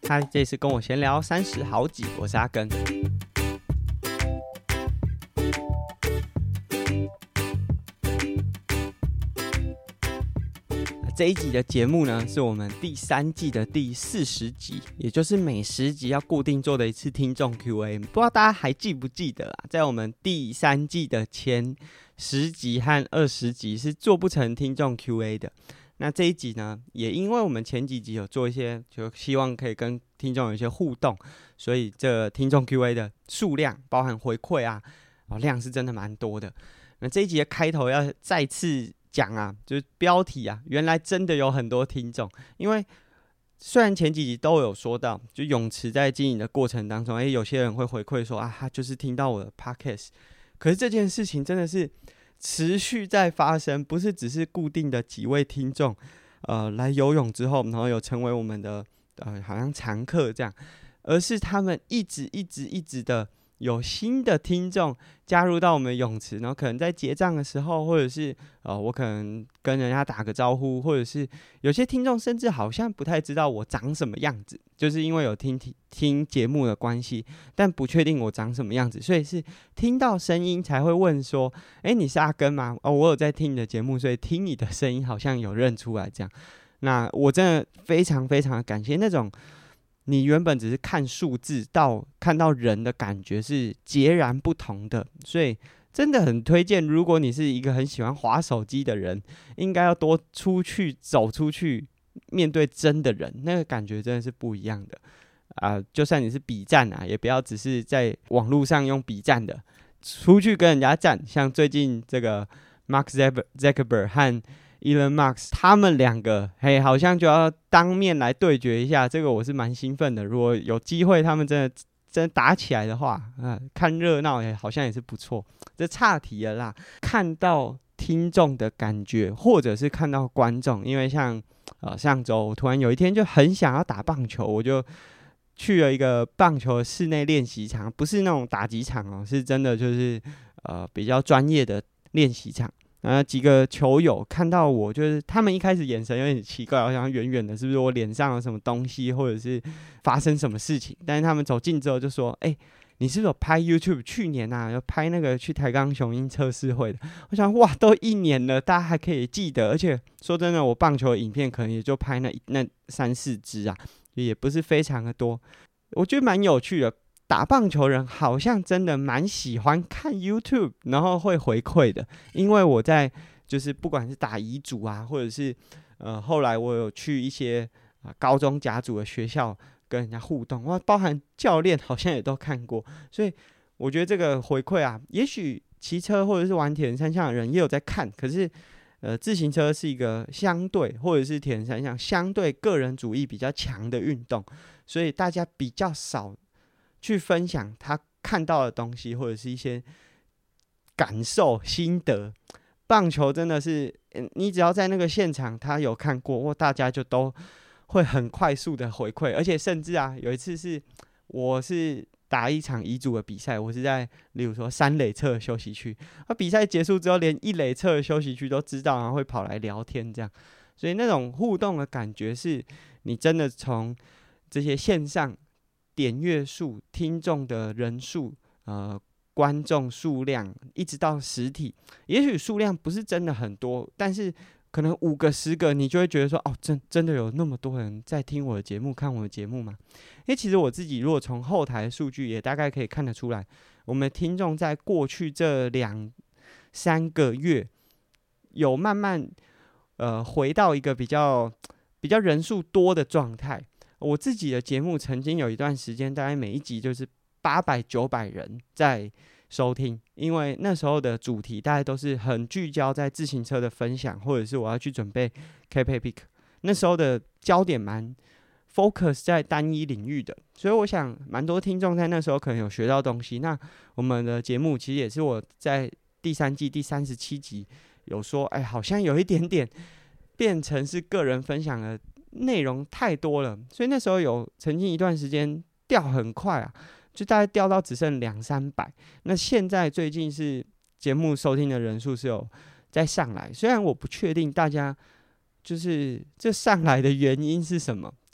嗨，这次跟我闲聊30好几，我是阿根。这一集的节目呢，是我们第3季的第40集，也就是每10集要固定做的一次听众 Q&A。不知道大家还记不记得啊？在我们第3季的前10集和20集是做不成听众 Q&A 的。那这一集呢，也因为我们前几集有做一些，就希望可以跟听众有一些互动，所以这听众 Q&A 的数量，包含回馈啊，量是真的蛮多的。那这一集的开头要再次讲啊，就是标题啊，原来真的有很多听众。因为虽然前几集都有说到，就泳池在经营的过程当中，有些人会回馈说啊，他就是听到我的 podcast， 可是这件事情真的是持续在发生，不是只是固定的几位听众，来游泳之后，然后有成为我们的好像常客这样，而是他们一直的有新的听众加入到我们的泳池，然后可能在结账的时候，或者是我可能跟人家打个招呼，或者是有些听众甚至好像不太知道我长什么样子，就是因为有听节目的关系，但不确定我长什么样子，所以是听到声音才会问说，你是阿根吗？我有在听你的节目，所以听你的声音好像有认出来这样。那我真的非常非常的感谢那种你原本只是看数字到看到人的感觉是截然不同的，所以真的很推荐，如果你是一个很喜欢滑手机的人，应该要多走出去面对真的人，那个感觉真的是不一样的就算你是比战啊，也不要只是在网络上用比战的，出去跟人家战，像最近这个 Mark Zuckerberg 和Elon Musk 他们两个好像就要当面来对决一下，这个我是蛮兴奋的。如果有机会他们真的打起来的话，看热闹好像也是不错。这岔题了啦，看到听众的感觉，或者是看到观众，因为像上周我突然有一天就很想要打棒球，我就去了一个棒球的室内练习场，不是那种打击场是真的就是比较专业的练习场。几个球友看到我，就是他们一开始眼神有点奇怪，好像远远的，是不是我脸上有什么东西，或者是发生什么事情？但是他们走近之后就说：“你是不是有拍 YouTube？ 去年有拍那个去台钢雄鹰测试会的。”我想，哇，都1年了，大家还可以记得。而且说真的，我棒球的影片可能也就拍那3-4支啊，也不是非常的多。我觉得蛮有趣的。打棒球人好像真的蛮喜欢看 YouTube， 然后会回馈的。因为我在就是不管是打乙组啊，或者是后来我有去一些高中甲组的学校跟人家互动，包含教练好像也都看过，所以我觉得这个回馈啊，也许骑车或者是玩铁人三项的人也有在看，可是自行车是一个相对，或者是铁人三项相对个人主义比较强的运动，所以大家比较少去分享他看到的东西，或者是一些感受心得。棒球真的是你只要在那个现场他有看过，大家就都会很快速的回馈。而且甚至有一次是我是打一场乙组的比赛，我是在例如说3垒侧的休息区，比赛结束之后连1垒侧的休息区都知道，然后会跑来聊天这样。所以那种互动的感觉是你真的从这些线上点阅数、听众的人数、观众数量，一直到实体，也许数量不是真的很多，但是可能5个10个，你就会觉得说，真的有那么多人在听我的节目、看我的节目吗？因为其实我自己如果从后台的数据也大概可以看得出来，我们听众在过去这2-3个月有慢慢回到一个比较人数多的状态。我自己的节目曾经有一段时间，大概每一集就是800-900人在收听，因为那时候的主题大概都是很聚焦在自行车的分享，或者是我要去准备 KP Pick， 那时候的焦点蛮 focus 在单一领域的，所以我想蛮多听众在那时候可能有学到东西。那我们的节目其实也是我在第3季第37集有说，好像有一点点变成是个人分享的内容太多了，所以那时候有曾经一段时间掉很快就大概掉到只剩200-300。那现在最近是节目收听的人数是有再上来，虽然我不确定大家就是这上来的原因是什么，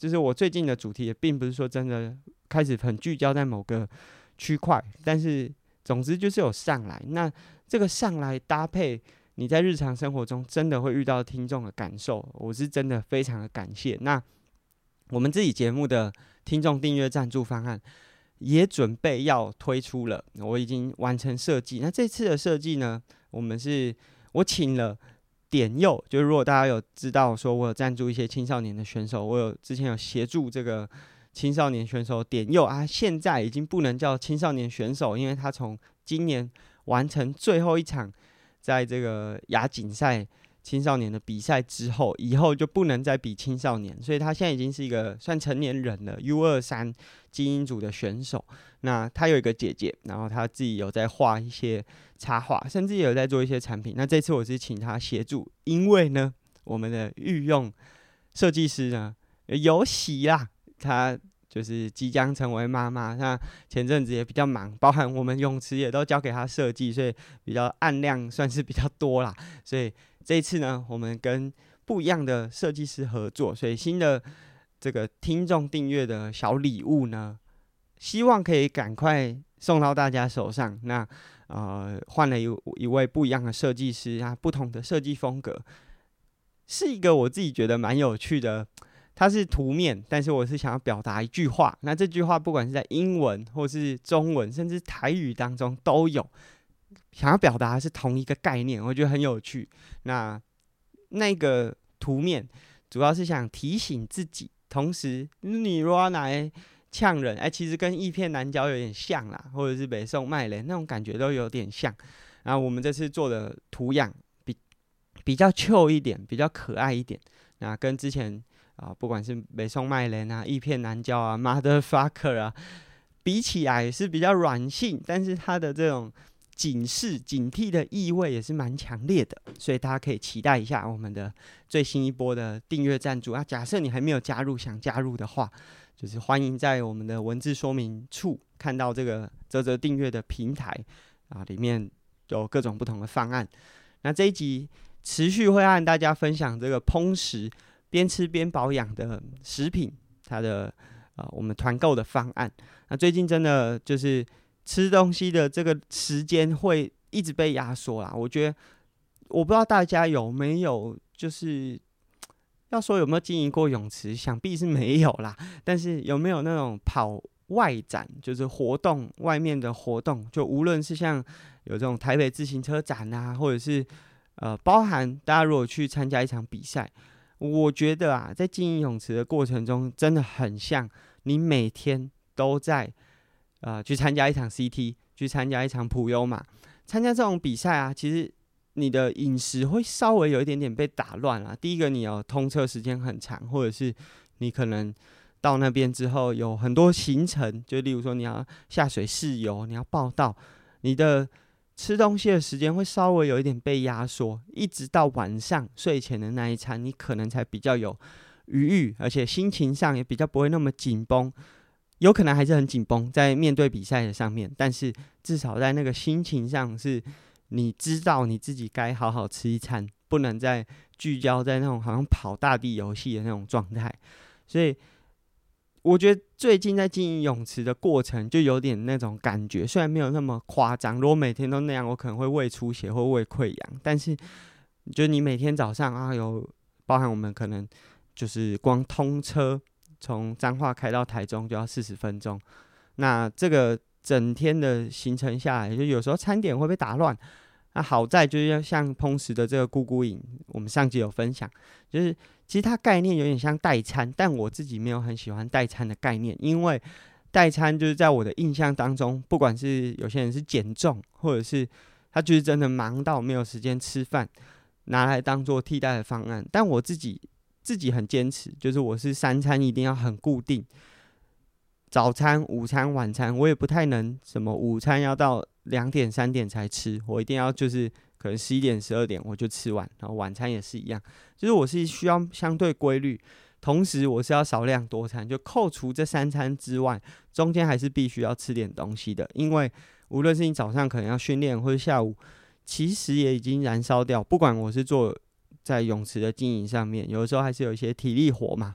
就是我最近的主题也并不是说真的开始很聚焦在某个区块，但是总之就是有上来。那这个上来搭配你在日常生活中真的会遇到听众的感受，我是真的非常的感谢。那我们自己节目的听众订阅赞助方案也准备要推出了，我已经完成设计。那这次的设计呢，我请了点佑，就是如果大家有知道说我有赞助一些青少年的选手，我之前有协助这个青少年选手点佑啊，现在已经不能叫青少年选手，因为他从今年完成最后一场在这个亚锦赛青少年的比赛之后，以后就不能再比青少年，所以他现在已经是一个算成年人了 U23 精英组的选手。那他有一个姐姐，然后他自己有在画一些插画，甚至也有在做一些产品。那这次我是请他协助，因为呢，我们的御用设计师呢有喜啦，他就是即将成为妈妈，那前阵子也比较忙，包含我们泳池也都交给他设计，所以比较案量算是比较多啦。所以这一次呢，我们跟不一样的设计师合作，所以新的这个听众订阅的小礼物呢，希望可以赶快送到大家手上。那换了一位不一样的设计师啊，不同的设计风格，是一个我自己觉得蛮有趣的。它是图面，但是我是想要表达一句话。那这句话不管是在英文或是中文，甚至台语当中都有，想要表达的是同一个概念，我觉得很有趣。那个图面主要是想提醒自己，同时你如果要拿来呛人，其实跟一片南郊有点像啦，或者是北宋麦雷那种感觉都有点像。然后我们这次做的图样比较Q一点，比较可爱一点。那跟之前不管是北宋麦雷啊、一片南郊啊、motherfucker 啊，比起来是比较软性，但是它的这种警示、警惕的意味也是蛮强烈的，所以大家可以期待一下我们的最新一波的订阅赞助啊。假设你还没有加入，想加入的话，就是欢迎在我们的文字说明处看到这个嘖订阅的平台啊，里面有各种不同的方案。那这一集持续会和大家分享这个烹食边吃边保养的食品，它的我们团购的方案。那最近真的就是吃东西的这个时间会一直被压缩啦。我觉得我不知道大家有没有，就是要说有没有经营过泳池，想必是没有啦。但是有没有那种跑外展，就是活动外面的活动，就无论是像有这种台北自行车展啊，或者是包含大家如果去参加一场比赛。我觉得啊，在经营泳池的过程中，真的很像你每天都在去参加一场 CT， 去参加一场普悠玛，参加这种比赛啊，其实你的饮食会稍微有一点点被打乱啦。第一个，你要通车时间很长，或者是你可能到那边之后有很多行程，就例如说你要下水试游，你要报到，你的吃东西的时间会稍微有一点被压缩，一直到晚上睡前的那一餐，你可能才比较有余裕，而且心情上也比较不会那么紧绷。有可能还是很紧绷在面对比赛的上面，但是至少在那个心情上是你知道你自己该好好吃一餐，不能再聚焦在那种好像跑大地游戏的那种状态。所以我觉得最近在经营泳池的过程就有点那种感觉，虽然没有那么夸张，如果每天都那样，我可能会胃出血或胃溃疡。但是，就你每天早上啊，有包含我们可能就是光通车从彰化开到台中就要40分钟，那这个整天的行程下来，就有时候餐点会被打乱。那好在就是要像烹食的这个咕咕饮，我们上集有分享，就是其实它概念有点像代餐，但我自己没有很喜欢代餐的概念，因为代餐就是在我的印象当中，不管是有些人是减重，或者是他就是真的忙到没有时间吃饭，拿来当做替代的方案。但我自己很坚持，就是我是3餐一定要很固定，早餐、午餐、晚餐，我也不太能什么午餐要到2点3点才吃，我一定要就是可能11点12点我就吃完，然后晚餐也是一样，就是我是需要相对规律，同时我是要少量多餐，就扣除这3餐之外，中间还是必须要吃点东西的，因为无论是你早上可能要训练，或者下午其实也已经燃烧掉，不管我是做在泳池的经营上面，有的时候还是有一些体力活嘛，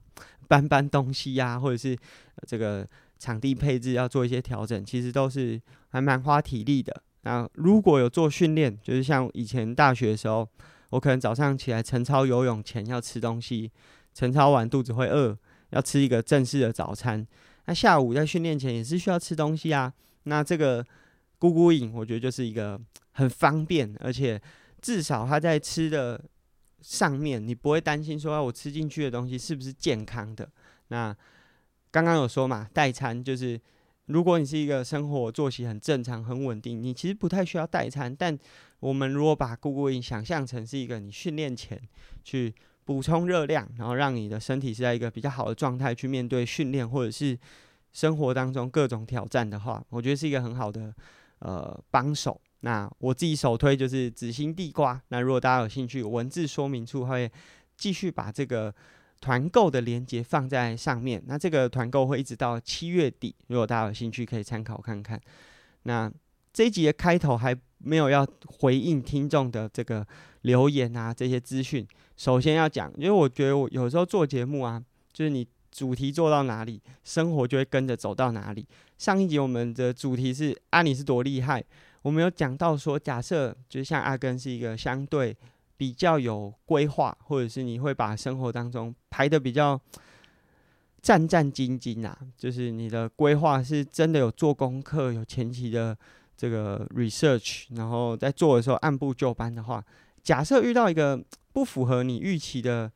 搬东西啊，或者是这个场地配置要做一些调整，其实都是还蛮花体力的。那如果有做训练，就是像以前大学的时候，我可能早上起来晨操游泳前要吃东西，晨操完肚子会饿，要吃一个正式的早餐。那下午在训练前也是需要吃东西啊。那这个咕咕饮，我觉得就是一个很方便，而且至少它在吃的上面，你不会担心说我吃进去的东西是不是健康的。那刚刚有说嘛，代餐就是如果你是一个生活作息很正常、很稳定，你其实不太需要代餐。但我们如果把咕咕饮想象成是一个你训练前去补充热量，然后让你的身体是在一个比较好的状态去面对训练或者是生活当中各种挑战的话，我觉得是一个很好的帮手。那我自己首推就是紫心地瓜。那如果大家有兴趣，文字说明处会继续把这个团购的连结放在上面。那这个团购会一直到7月底，如果大家有兴趣可以参考看看。那这一集的开头还没有要回应听众的这个留言啊，这些资讯。首先要讲，因为我觉得我有时候做节目啊，就是你主题做到哪里，生活就会跟着走到哪里。上一集我们的主题是你是多厉害，我们有讲到说，假设就像阿根是一个相对比较有规划，或者是你会把生活当中排得比较战战兢兢啊，就是你的规划是真的有做功课，有前期的这个 research， 然后在做的时候按部就班的话，假设遇到一个不符合你预期的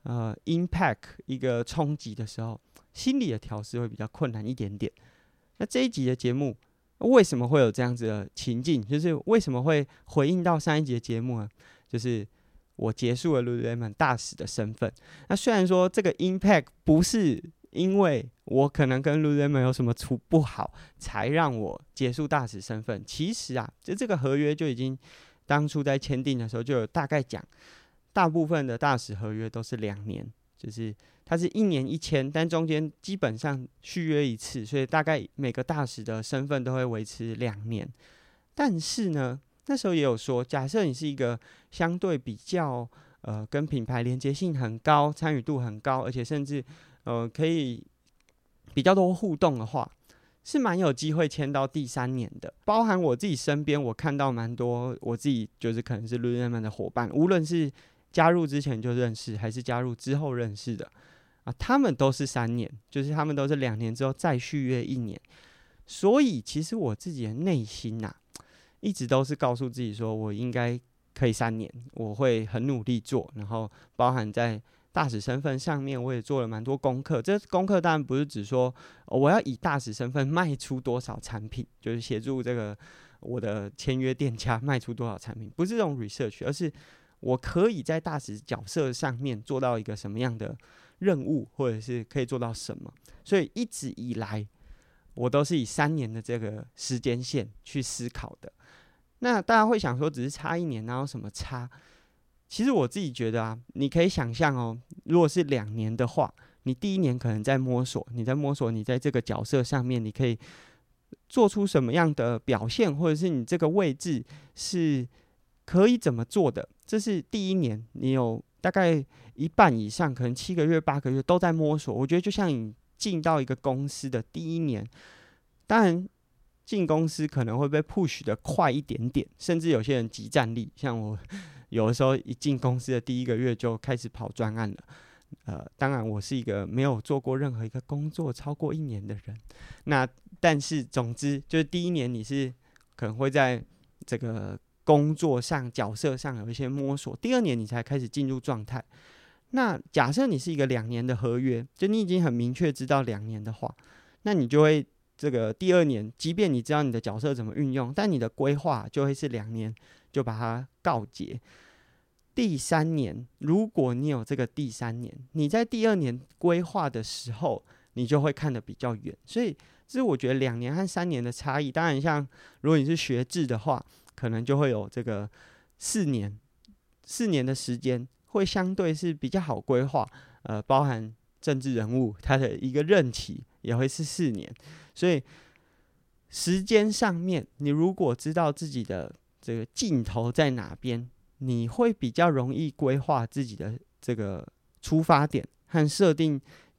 impact 一个冲击的时候，心理的调试会比较困难一点点。那这一集的节目为什么会有这样子的情境？就是为什么会回应到上一集的节目呢？就是我结束了 Lululemon 大使的身份。那虽然说这个 impact 不是因为我可能跟 Lululemon 有什么处不好才让我结束大使身份，其实啊，就这个合约就已经当初在签订的时候就有大概讲，大部分的大使合约都是2年，就是它是1年1签，但中间基本上续约一次，所以大概每个大使的身份都会维持2年。但是呢，那时候也有说，假设你是一个相对比较跟品牌连接性很高、参与度很高，而且甚至可以比较多互动的话，是蛮有机会签到第3年的。包含我自己身边，我看到蛮多我自己就是可能是 Lululemon 的伙伴，无论是加入之前就认识，还是加入之后认识的他们都是3年，就是他们都是2年之后再续约1年。所以其实我自己的内心一直都是告诉自己说，我应该可以3年，我会很努力做，然后包含在大使身份上面，我也做了蛮多功课。这功课当然不是只说我要以大使身份卖出多少产品，就是协助这个我的签约店家卖出多少产品，不是这种 research， 而是我可以在大使角色上面做到一个什么样的任务，或者是可以做到什么。所以一直以来我都是以3年的这个时间线去思考的。那大家会想说，只是差1年，哪有什么差？其实我自己觉得你可以想象如果是2年的话，你第1年可能在摸索，你在这个角色上面，你可以做出什么样的表现，或者是你这个位置是可以怎么做的。这是第1年，你有大概1半以上，可能7个月、8个月都在摸索。我觉得就像你进到一个公司的第1年，当然进公司可能会被 push 的快一点点，甚至有些人即战力，像我有的时候一进公司的第1个月就开始跑专案了。当然我是一个没有做过任何一个工作超过1年的人。那但是总之就是第1年你是可能会在这个工作上、角色上有一些摸索，第2年你才开始进入状态。那假设你是一个2年的合约，就你已经很明确知道2年的话，那你就会这个第2年，即便你知道你的角色怎么运用，但你的规划就会是2年就把它告结。第3年，如果你有这个第3年，你在第2年规划的时候，你就会看得比较远。所以这是我觉得2年和3年的差异。当然像如果你是学制的话，可能就会有这个4年的时间会相对是比较好规划。包含政治人物他的一个任期也会是4年。所以时间上面，你如果知道自己的这个尽头在哪边，你会比较容易规划自己的这个出发点和设定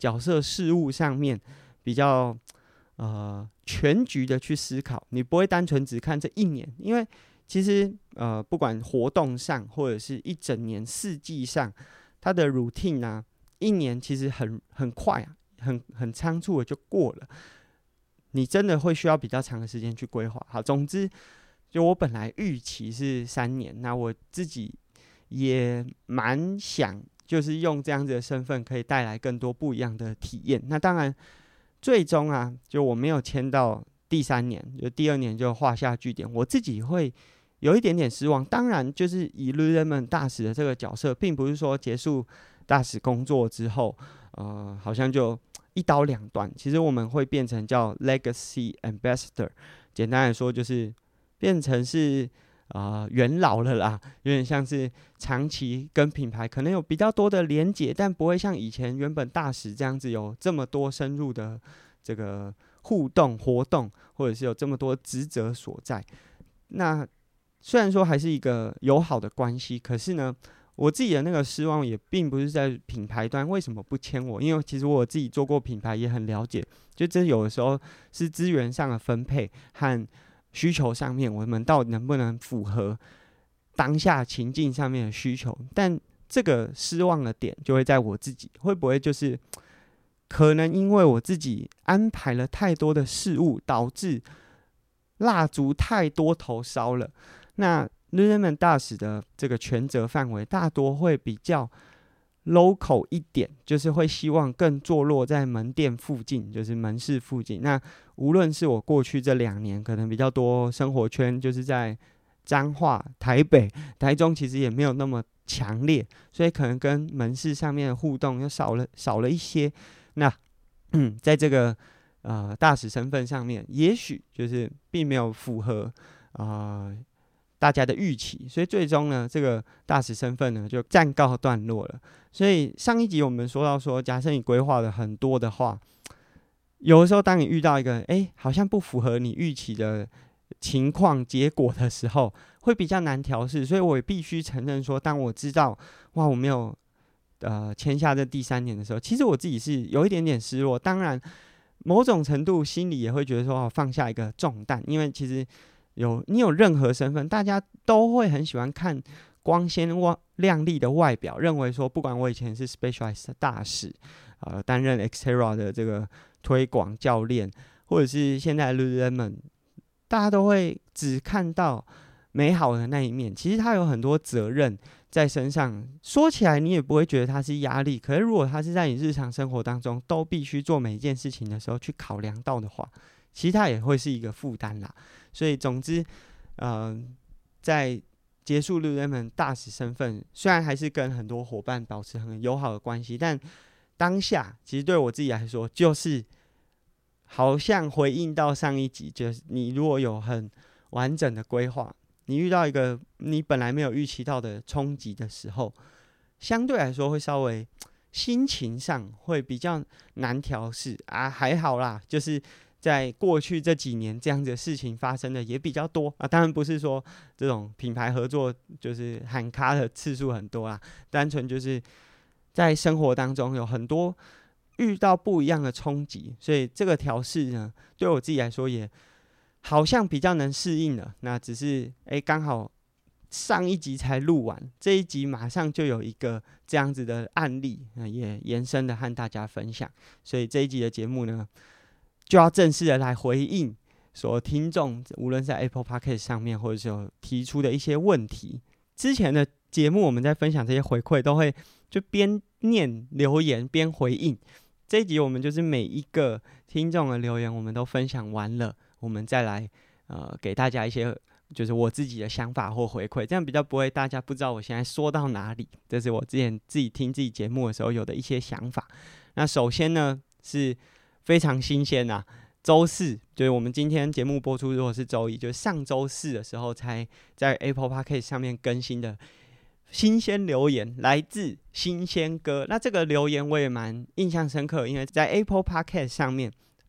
角色事物上面比较全局的去思考，你不会单纯只看这一年，因为其实不管活动上或者是一整年四季上，它的 routine 啊，一年其实很快啊，很仓促的就过了，你真的会需要比较长的时间去规划。好，总之就我本来预期是3年，那我自己也蛮想就是用这样子的身份可以带来更多不一样的体验。那当然最终啊，就我没有签到第3年，就第2年就画下句点，我自己会有一点点失望。当然就是以 Lululemon 大使的这个角色，并不是说结束大使工作之后好像就一刀两断，其实我们会变成叫 Legacy Ambassador， 简单来说就是变成是元老了啦，有点像是长期跟品牌可能有比较多的连结，但不会像以前原本大使这样子有这么多深入的这个互动活动，或者是有这么多职责所在。那虽然说还是一个友好的关系，可是呢，我自己的那个失望也并不是在品牌端为什么不签我，因为其实我自己做过品牌，也很了解，就这有的时候是资源上的分配和需求上面，我们到底能不能符合当下情境上面的需求？但这个失望的点就会在我自己，会不会就是可能因为我自己安排了太多的事物，导致蜡烛太多头烧了？那 Lululemon 大使的这个权责范围大多会比较 local 一点，就是会希望更坐落在门店附近，就是门市附近。那无论是我过去这2年，可能比较多生活圈就是在彰化、台北、台中，其实也没有那么强烈，所以可能跟门市上面的互动又少了一些。那在这个大使身份上面，也许就是并没有符合大家的预期，所以最终呢，这个大使身份呢就暂告段落了。所以上一集我们说到说，假设你规划了很多的话，有的时候当你遇到一个好像不符合你预期的情况结果的时候，会比较难调试。所以我也必须承认说，当我知道我没有签下这第3年的时候，其实我自己是有一点点失落。当然某种程度心里也会觉得说放下一个重担，因为其实你有任何身份，大家都会很喜欢看光鲜亮丽的外表，认为说不管我以前是 Specialized 大使担任 Xterra 的这个推广教练，或者是现在 Lululemon， 大家都会只看到美好的那一面，其实他有很多责任在身上，说起来你也不会觉得它是压力，可是如果它是在你日常生活当中都必须做每一件事情的时候去考量到的话，其实它也会是一个负担啦。所以总之在结束 Lululemon 大使身份，虽然还是跟很多伙伴保持很友好的关系，但当下其实对我自己来说，就是好像回应到上一集，就是你如果有很完整的规划，你遇到一个你本来没有预期到的冲击的时候，相对来说会稍微心情上会比较难调试还好啦，就是在过去这几年这样子的事情发生的也比较多当然不是说这种品牌合作就是喊卡的次数很多啦，单纯就是在生活当中有很多遇到不一样的冲击，所以这个调试呢，对我自己来说也好像比较能适应了。那只是刚好上一集才录完，这一集马上就有一个这样子的案例也延伸的和大家分享，所以这一集的节目呢就要正式的来回应所听众无论在 Apple Podcast 上面或者是有提出的一些问题。之前的节目我们在分享这些回馈都会就边念留言边回应，这一集我们就是每一个听众的留言我们都分享完了，我们再来给大家一些就是我自己的想法或回馈，这样比较不会大家不知道我现在说到哪里，这是我之前自己听自己节目的时候有的一些想法。那首先呢是非常新鲜周四就是我们今天节目播出如果是周一，就是上周四的时候才在 Apple Podcast 上面更新的新鲜留言，来自新鲜哥。那这个留言我也蛮印象深刻，因为在 Apple Podcast 上面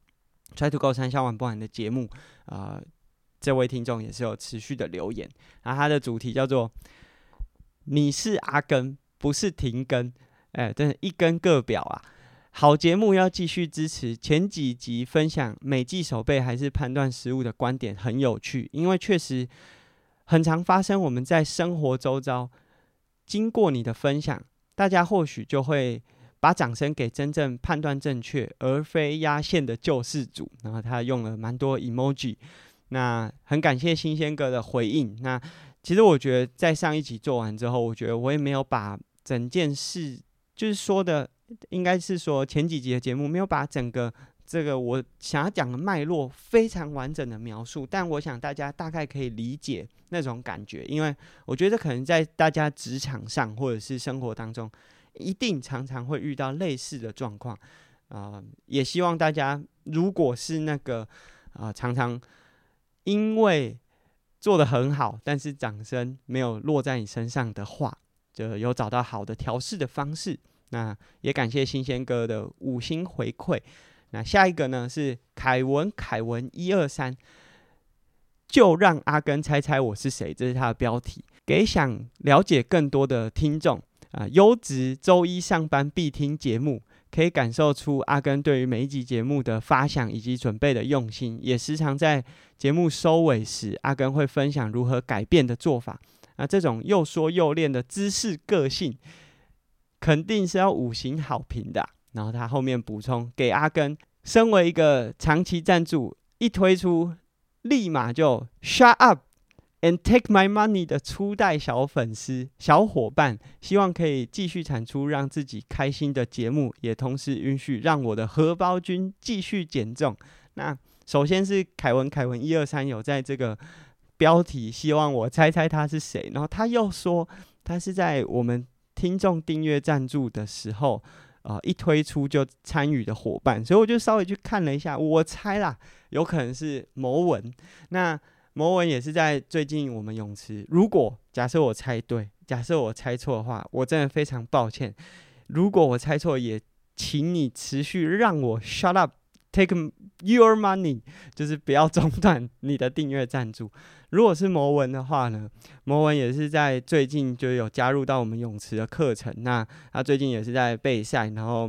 Try to Go 3小晚不晚的节目这位听众也是有持续的留言，然后他的主题叫做你是阿根不是停更真的一根各表好节目要继续支持。前几集分享每季守备还是判断失误的观点很有趣，因为确实很常发生我们在生活周遭，经过你的分享，大家或许就会把掌声给真正判断正确而非压线的救世主。然后他用了蛮多 emoji， 那很感谢新鲜哥的回应。那其实我觉得在上一集做完之后，我觉得我也没有把整件事就是说的，应该是说前几集的节目没有把整个这个我想要讲的脉络非常完整的描述，但我想大家大概可以理解那种感觉，因为我觉得可能在大家职场上或者是生活当中，一定常常会遇到类似的状况。也希望大家如果是那个常常因为做得很好，但是掌声没有落在你身上的话，就有找到好的调试的方式。那也感谢新鲜哥的5星回馈。那下一个呢是凯文123，就让阿根猜猜我是谁，这是他的标题。给想了解更多的听众优质周一上班必听节目，可以感受出阿根对于每一集节目的发想以及准备的用心，也时常在节目收尾时，阿根会分享如何改变的做法。这种又说又练的知识个性，肯定是要5星好评的。然后他后面补充，给阿根身为一个长期赞助，一推出立马就 shut up and take my money 的初代小粉丝小伙伴，希望可以继续产出让自己开心的节目，也同时允许让我的荷包君继续减重。那首先是凯文123有在这个标题希望我猜猜他是谁，然后他又说他是在我们听众订阅赞助的时候一推出就参与的伙伴，所以我就稍微去看了一下，我猜啦，有可能是某文。那某文也是在最近我们泳池，如果假设我猜对，假设我猜错的话，我真的非常抱歉。如果我猜错，也请你持续让我 shut up take your money， 就是不要中断你的订阅赞助。如果是某文的话呢，某文也是在最近就有加入到我们泳池的课程，那他最近也是在备赛，然后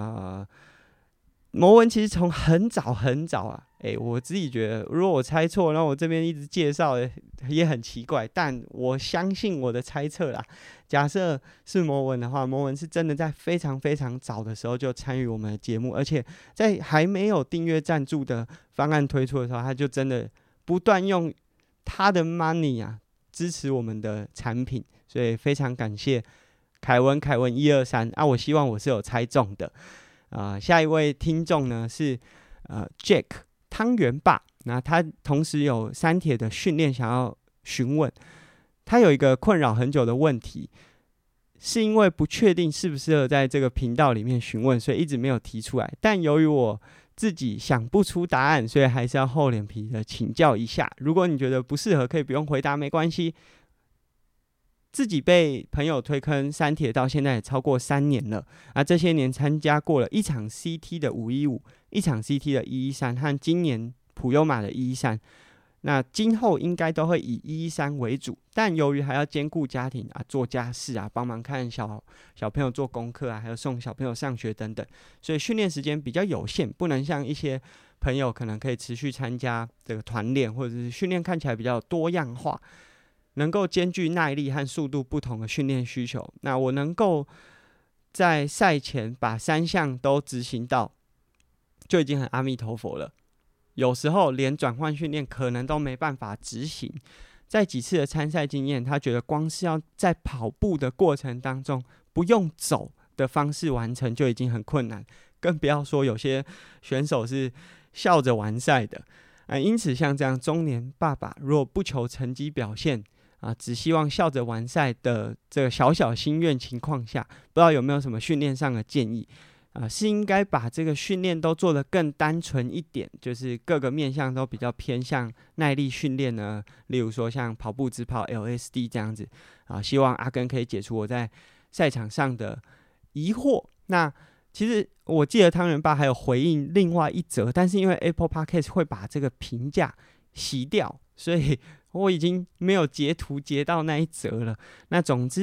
某文其实从很早很早我自己觉得如果我猜错，然后我这边一直介绍也很奇怪，但我相信我的猜测啦。假设是某文的话，某文是真的在非常非常早的时候就参与我们的节目，而且在还没有订阅赞助的方案推出的时候，他就真的不断用他的 money 支持我们的产品，所以非常感谢凯文123我希望我是有猜中的。下一位听众呢是Jack 汤圆爸，那他同时有三铁的训练想要询问，他有一个困扰很久的问题，是因为不确定适不适合在这个频道里面询问，所以一直没有提出来，但由于我自己想不出答案，所以还是要厚脸皮的请教一下。如果你觉得不适合，可以不用回答，没关系。自己被朋友推坑三铁到现在也超过3年了，这些年参加过了一场 CT 的515，一场 CT 的113和今年普悠玛的113。那今后应该都会以113为主，但由于还要兼顾家庭做家事帮忙看小朋友做功课还有送小朋友上学等等，所以训练时间比较有限，不能像一些朋友可能可以持续参加这个团练，或者是训练看起来比较多样化，能够兼具耐力和速度不同的训练需求。那我能够在赛前把3项都执行到，就已经很阿弥陀佛了。有时候连转换训练可能都没办法执行。在几次的参赛经验，他觉得光是要在跑步的过程当中不用走的方式完成就已经很困难，更不要说有些选手是笑着完赛的。因此像这样中年爸爸如果不求成绩表现只希望笑着完赛的这个小小心愿情况下，不知道有没有什么训练上的建议是应该把这个训练都做得更单纯一点，就是各个面向都比较偏向耐力训练呢？例如说像跑步、直跑、LSD 这样子希望阿根可以解除我在赛场上的疑惑。那其实我记得汤圆爸还有回应另外一则，但是因为 Apple Podcast 会把这个评价洗掉，所以我已经没有截图截到那一则了。那总之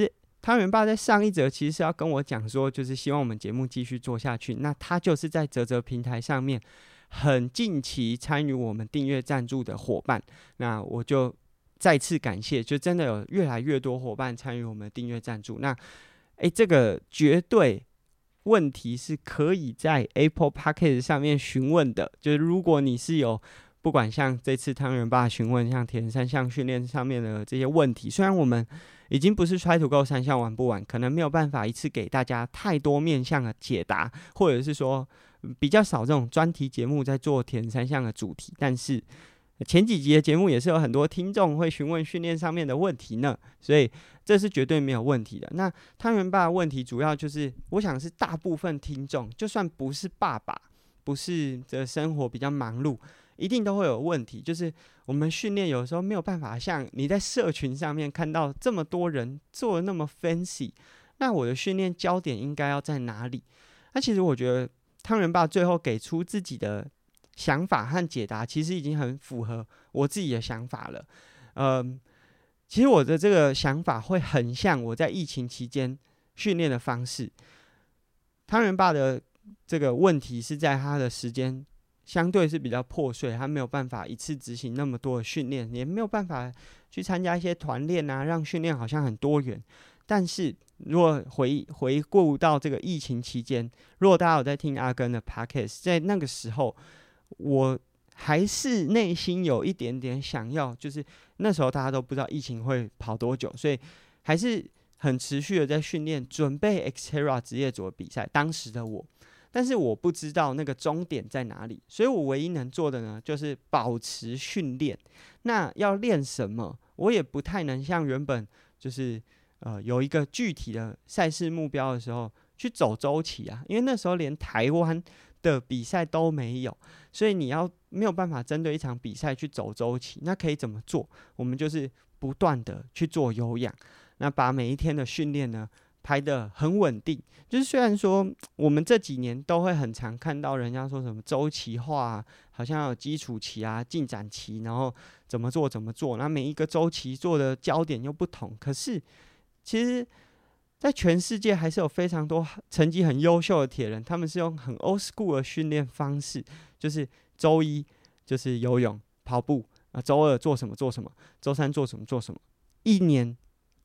汤圆爸在上一则其实是要跟我讲说，就是希望我们节目继续做下去。那他就是在嘖嘖平台上面很近期参与我们订阅赞助的伙伴，那我就再次感谢，就真的有越来越多伙伴参与我们订阅赞助。那这个绝对问题是可以在 Apple Podcast 上面询问的，就是如果你是有不管像这次汤圆爸询问像铁人三项训练上面的这些问题，虽然我们已经不是 try to go 三项玩不完，可能没有办法一次给大家太多面向的解答，或者是说比较少这种专题节目在做铁人三项的主题，但是前几集的节目也是有很多听众会询问训练上面的问题呢，所以这是绝对没有问题的。那汤圆爸的问题主要就是，我想是大部分听众，就算不是爸爸，不是这生活比较忙碌，一定都会有问题，就是我们训练有时候没有办法像你在社群上面看到这么多人做的那么 fancy， 那我的训练焦点应该要在哪里？那其实我觉得汤圆爸最后给出自己的想法和解答，其实已经很符合我自己的想法了。其实我的这个想法会很像我在疫情期间训练的方式。汤圆爸的这个问题是在他的时间相对是比较破碎，他没有办法一次执行那么多的训练，也没有办法去参加一些团练啊，让训练好像很多元。但是如果回顾到这个疫情期间，如果大家有在听阿根的 podcast， 在那个时候我还是内心有一点点想要，就是那时候大家都不知道疫情会跑多久，所以还是很持续的在训练，准备 Xterra 职业组的比赛。当时的我，但是我不知道那个终点在哪里，所以我唯一能做的呢，就是保持训练。那要练什么，我也不太能像原本就是有一个具体的赛事目标的时候去走周期啊，因为那时候连台湾的比赛都没有，所以你要没有办法针对一场比赛去走周期。那可以怎么做？我们就是不断的去做有氧，那把每一天的训练呢排得很稳定。就是虽然说我们这几年都会很常看到人家说什么周期化啊，好像有基础期啊、进展期，然后怎么做，那每一个周期做的焦点又不同。可是其实在全世界还是有非常多成绩很优秀的铁人，他们是用很 old school 的训练方式，就是周一就是游泳、跑步，周二做什么，周三做什么，一年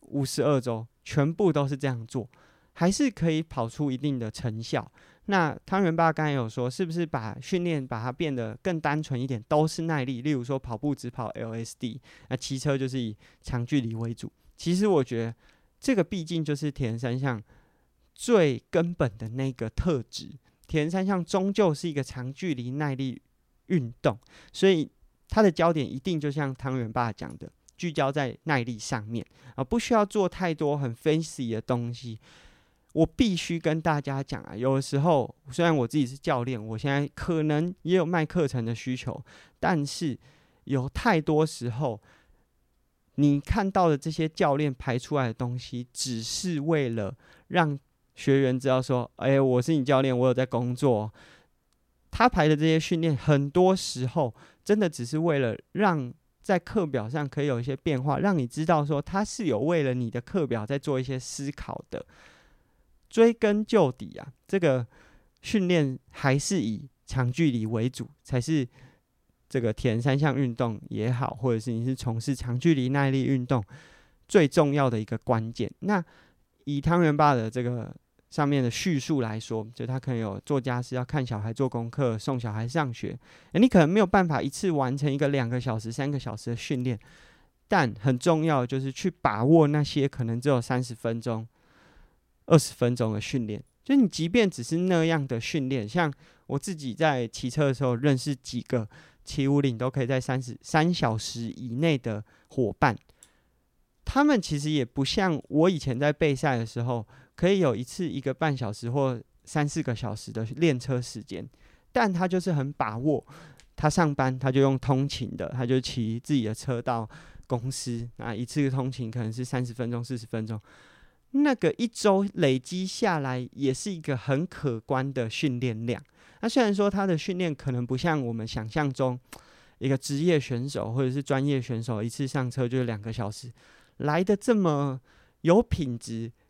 52周全部都是这样做，还是可以跑出一定的成效。那汤圆爸刚才有说，是不是把训练把它变得更单纯一点，都是耐力？例如说跑步只跑 LSD， 那骑车就是以长距离为主。其实我觉得这个毕竟就是铁人三项最根本的那个特质。铁人三项终究是一个长距离耐力运动，所以它的焦点一定就像汤圆爸讲的，聚焦在耐力上面不需要做太多很 fancy 的东西。我必须跟大家讲有的时候虽然我自己是教练，我现在可能也有卖课程的需求，但是有太多时候你看到的这些教练排出来的东西，只是为了让学员知道说，我是你教练，我有在工作。他排的这些训练，很多时候真的只是为了让在课表上可以有一些变化，让你知道说他是有为了你的课表在做一些思考的。追根究底这个训练还是以长距离为主，才是这个铁人三项运动也好，或者是你是从事长距离耐力运动最重要的一个关键。那以汤圆爸的这个上面的叙述来说，就他可能有做家事，要看小孩做功课，送小孩上学，你可能没有办法一次完成一个2个小时、3个小时的训练，但很重要的就是去把握那些可能只有30分钟、20分钟的训练。就你即便只是那样的训练，像我自己在骑车的时候认识几个骑50都可以在3小时以内的伙伴，他们其实也不像我以前在备赛的时候可以有一次1个半小时或3-4个小时的练车时间，但他就是很把握，他上班他就用通勤的，他就骑自己的车到公司，一次通勤可能是30分钟、40分钟，那个1周累积下来也是一个很可观的训练量。那虽然说他的训练可能不像我们想象中一个职业选手或者是专业选手一次上车就是2个小时来的这么有品质，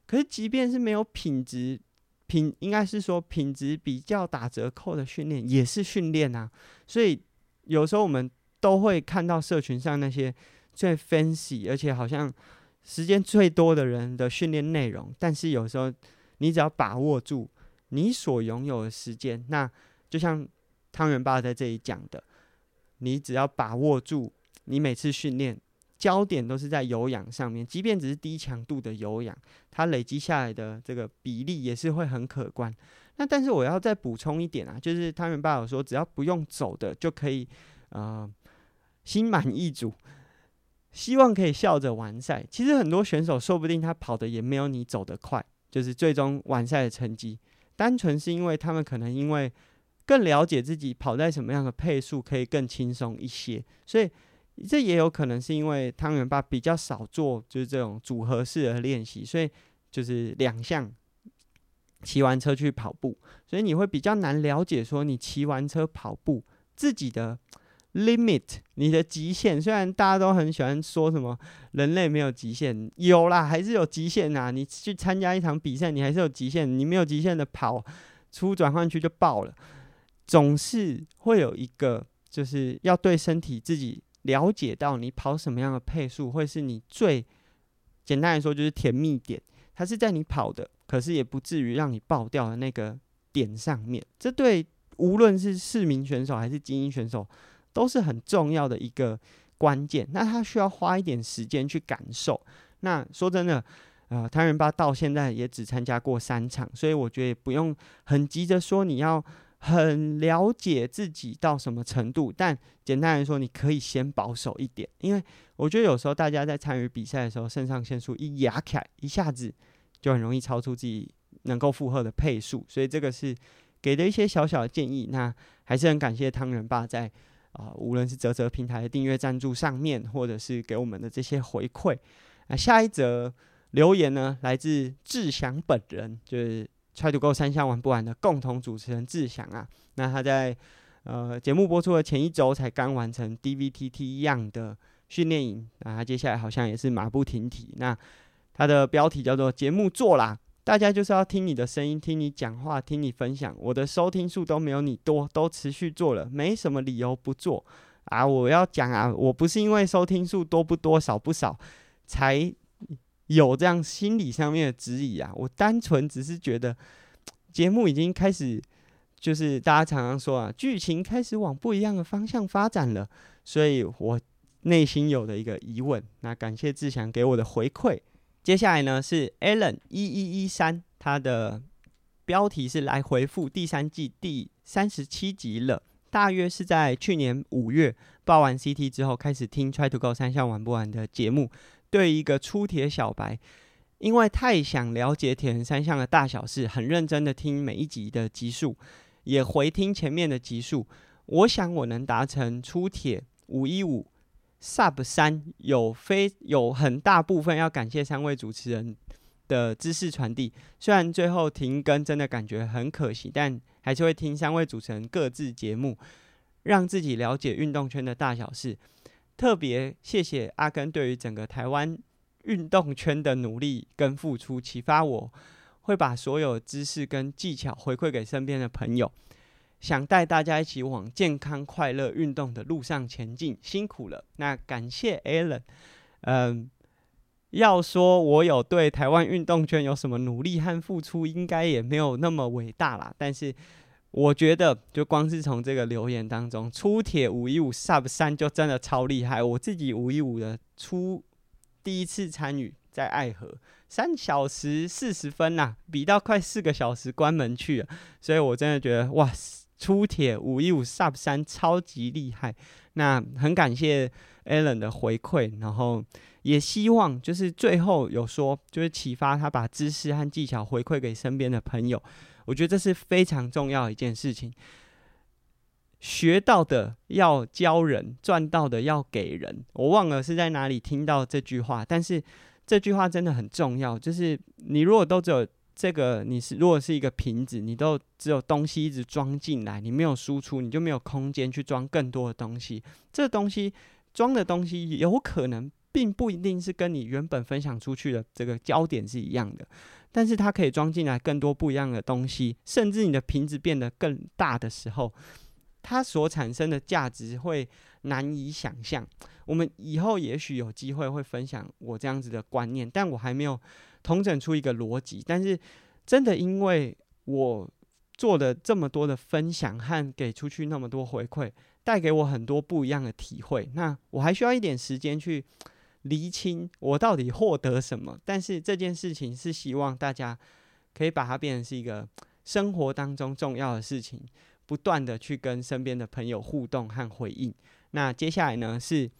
可是即便是没有应该是说品质比较打折扣的训练也是训练啊。所以有时候我们都会看到社群上那些最 fancy 而且好像时间最多的人的训练内容，但是有时候你只要把握住你所拥有的时间，那就像汤圆爸在这里讲的，你只要把握住你每次训练焦点都是在有氧上面，即便只是低强度的有氧，它累积下来的这个比例也是会很可观。那但是我要再补充一点啊，就是汤圆爸有说只要不用走的就可以心满意足，希望可以笑着完赛。其实很多选手说不定他跑的也没有你走得快，就是最终完赛的成绩，单纯是因为他们可能因为更了解自己跑在什么样的配速可以更轻松一些，所以这也有可能是因为汤圆爸比较少做就是这种组合式的练习，所以就是2项骑完车去跑步，所以你会比较难了解说你骑完车跑步自己的 limit， 你的极限。虽然大家都很喜欢说什么人类没有极限，有啦，还是有极限啊。你去参加一场比赛，你还是有极限，你没有极限的跑出转换区就爆了。总是会有一个，就是要对身体自己了解到你跑什么样的配速会是你最简单来说就是甜蜜点，它是在你跑的，可是也不至于让你爆掉的那个点上面。这对无论是市民选手还是精英选手都是很重要的一个关键。那他需要花一点时间去感受。那说真的，汤圆爸到现在也只参加过3场，所以我觉得也不用很急着说你要很了解自己到什么程度，但简单来说，你可以先保守一点，因为我觉得有时候大家在参与比赛的时候，肾上腺素一压起来，一下子就很容易超出自己能够负荷的配速，所以这个是给的一些小小的建议。那还是很感谢汤圆爸在无论是嘖平台的订阅赞助上面，或者是给我们的这些回馈。下一则留言呢，来自志祥本人，就是Try to Go 3项玩不完的共同主持人志祥啊。那他在节目播出的前1周才刚完成 DVTT 一样的训练营，那他接下来好像也是马不停蹄。那他的标题叫做节目做啦，大家就是要听你的声音，听你讲话，听你分享。我的收听数都没有你多，都持续做了，没什么理由不做啊。我要讲啊，我不是因为收听数多不多少不少才有这样心理上面的质疑啊，我单纯只是觉得节目已经开始，就是大家常常说啊，剧情开始往不一样的方向发展了，所以我内心有的一个疑问。那感谢志祥给我的回馈。接下来呢是 Allen1113， 他的标题是来回复第3季第37集了，大约是在去年5月报完 CT 之后开始听 Try to Go 3项玩不完的节目。对于一个初铁小白，因为太想了解铁人3项的大小事，很认真的听每一集的集数，也回听前面的集数。我想我能达成初铁515 Sub 3，有很大部分要感谢3位主持人的知识传递。虽然最后停更真的感觉很可惜，但还是会听3位主持人各自节目，让自己了解运动圈的大小事。特别谢谢阿根对于整个台湾运动圈的努力跟付出，启发我会把所有知识跟技巧回馈给身边的朋友，想带大家一起往健康快乐运动的路上前进，辛苦了。那感谢 Allen。要说我有对台湾运动圈有什么努力和付出，应该也没有那么伟大啦，但是我觉得就光是从这个留言当中，初铁515 Sub 3就真的超厉害。我自己515的第一次参与在爱河3小时40分啦，比到快4个小时关门去了，所以我真的觉得哇，初铁515 Sub 3超级厉害。那很感谢 Allen 的回馈，然后也希望就是最后有说，就是启发他把知识和技巧回馈给身边的朋友。我觉得这是非常重要的一件事情，学到的要教人，赚到的要给人。我忘了是在哪里听到这句话，但是这句话真的很重要。就是你如果都只有这个，如果是一个瓶子，你都只有东西一直装进来，你没有输出，你就没有空间去装更多的东西。这东西装的东西有可能并不一定是跟你原本分享出去的这个焦点是一样的，但是它可以装进来更多不一样的东西，甚至你的瓶子变得更大的时候，它所产生的价值会难以想象。我们以后也许有机会会分享我这样子的观念，但我还没有统整出一个逻辑。但是真的因为我做了这么多的分享和给出去那么多回馈，带给我很多不一样的体会，那我还需要一点时间去厘清我到底获得什么。但是这件事情是希望大家可以把它变成是一个生活当中重要的事情，不断的去跟身边的朋友互动和回应。那接下来呢是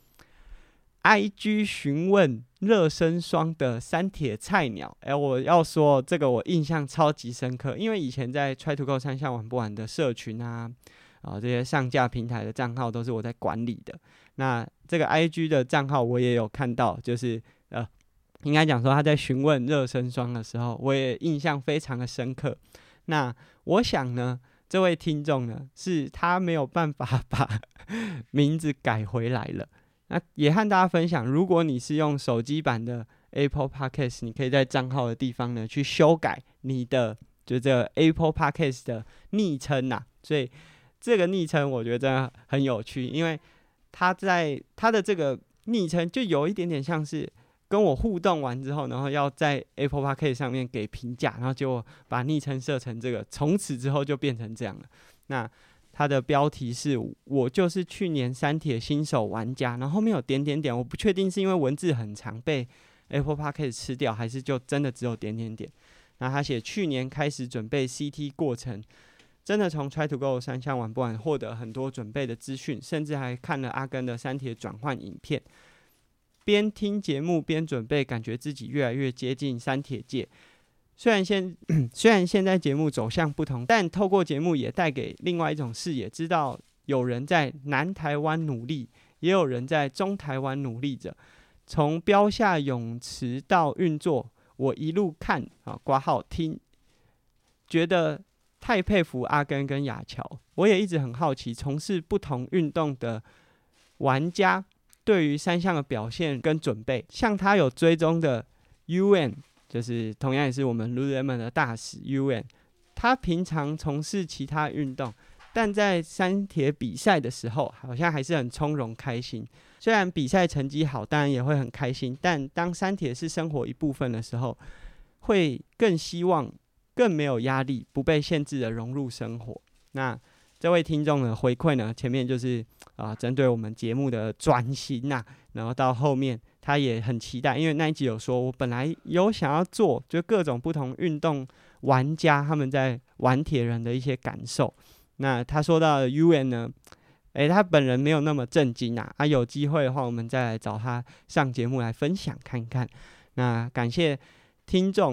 IG 询问热身霜的三铁菜鸟，我要说这个我印象超级深刻，因为以前在 Try to Go 三项玩不完的社群这些上架平台的账号都是我在管理的。那这个 IG 的账号我也有看到，就是应该讲说他在询问热身霜的时候，我也印象非常的深刻。那我想呢，这位听众呢，是他没有办法把名字改回来了。那也和大家分享，如果你是用手机版的 Apple Podcast， 你可以在账号的地方呢去修改你的就这个 Apple Podcast 的昵称呐。所以这个昵称我觉得真的很有趣，因为他在他的这个昵称就有一点点像是跟我互动完之后，然后要在 Apple Podcast 上面给评价，然后结果把昵称设成这个，从此之后就变成这样了。那它的标题是我就是去年三铁新手玩家，然后后面有点点点，我不确定是因为文字很长被 Apple Podcast 吃掉，还是就真的只有点点点。那他写去年开始准备 CT 过程，真的从 Try to Go 三项玩不完获得很多准备的资讯，甚至还看了阿根的三铁转换影片，边听节目边准备，感觉自己越来越接近三铁界。虽然现在节目走向不同，但透过节目也带给另外一种视野，知道有人在南台湾努力，也有人在中台湾努力着。从标下泳池到运作，我一路看挂号听，觉得太佩服阿根跟亚乔。我也一直很好奇，从事不同运动的玩家对于三项的表现跟准备，像他有追踪的 UN。就是同样也是我们 Lululemon 的大使 UN， 他平常从事其他运动，但在三铁比赛的时候，好像还是很从容开心。虽然比赛成绩好，当然也会很开心，但当三铁是生活一部分的时候，会更希望更没有压力，不被限制的融入生活。那这位听众的回馈呢，前面就是针对我们节目的转型然后到后面他也很期待，因为那一集有说我本来有想要做就各种不同运动玩家他们在玩铁人的一些感受。那他说到的 UN 呢，他本人没有那么震惊有机会的话我们再来找他上节目来分享看看。那感谢听众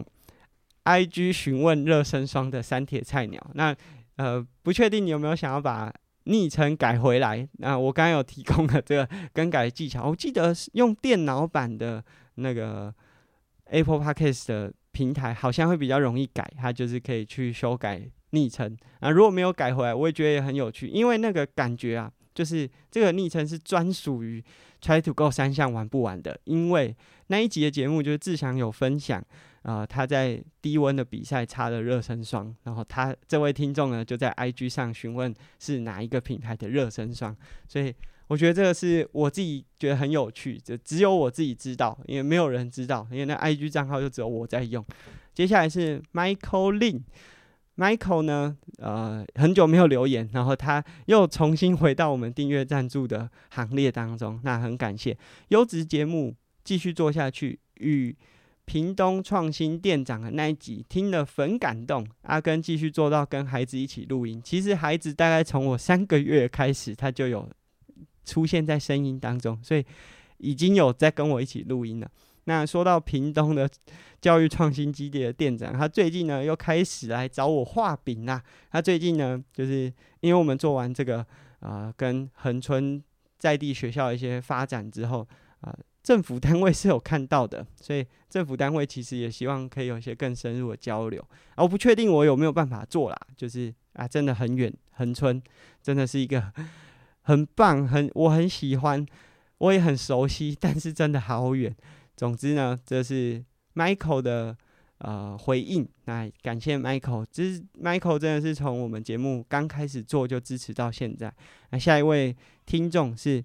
IG 询问热身霜的三铁菜鸟。那不确定你有没有想要把昵称改回来？那我刚刚有提供了这个更改的技巧，我记得用电脑版的那个 Apple Podcast 的平台好像会比较容易改，它就是可以去修改昵称。如果没有改回来，我也觉得也很有趣，因为那个感觉就是这个昵称是专属于 Try to Go 三项玩不完的，因为那一集的节目就是志祥有分享。他在低温的比赛擦的热身霜，然后他这位听众呢就在 IG 上询问是哪一个品牌的热身霜，所以我觉得这个是我自己觉得很有趣，就只有我自己知道，因为没有人知道，因为那 IG 账号就只有我在用。接下来是 Michael Lin。Michael 呢，很久没有留言，然后他又重新回到我们订阅赞助的行列当中，那很感谢。优质节目继续做下去，与屏东创新店长的那一集听了很感动，阿根继续做到跟孩子一起录音。其实孩子大概从我3个月开始，他就有出现在声音当中，所以已经有在跟我一起录音了。那说到屏东的教育创新基地的店长，他最近呢又开始来找我画饼啦。他最近呢，就是因为我们做完这个跟恒春在地学校的一些发展之后政府单位是有看到的，所以政府单位其实也希望可以有一些更深入的交流。我不确定我有没有办法做啦，就是真的很远，恒春真的是一个很棒，我很喜欢我也很熟悉，但是真的好远。总之呢，这是 Michael 的回应。那感谢 Michael， Michael 真的是从我们节目刚开始做就支持到现在。那下一位听众是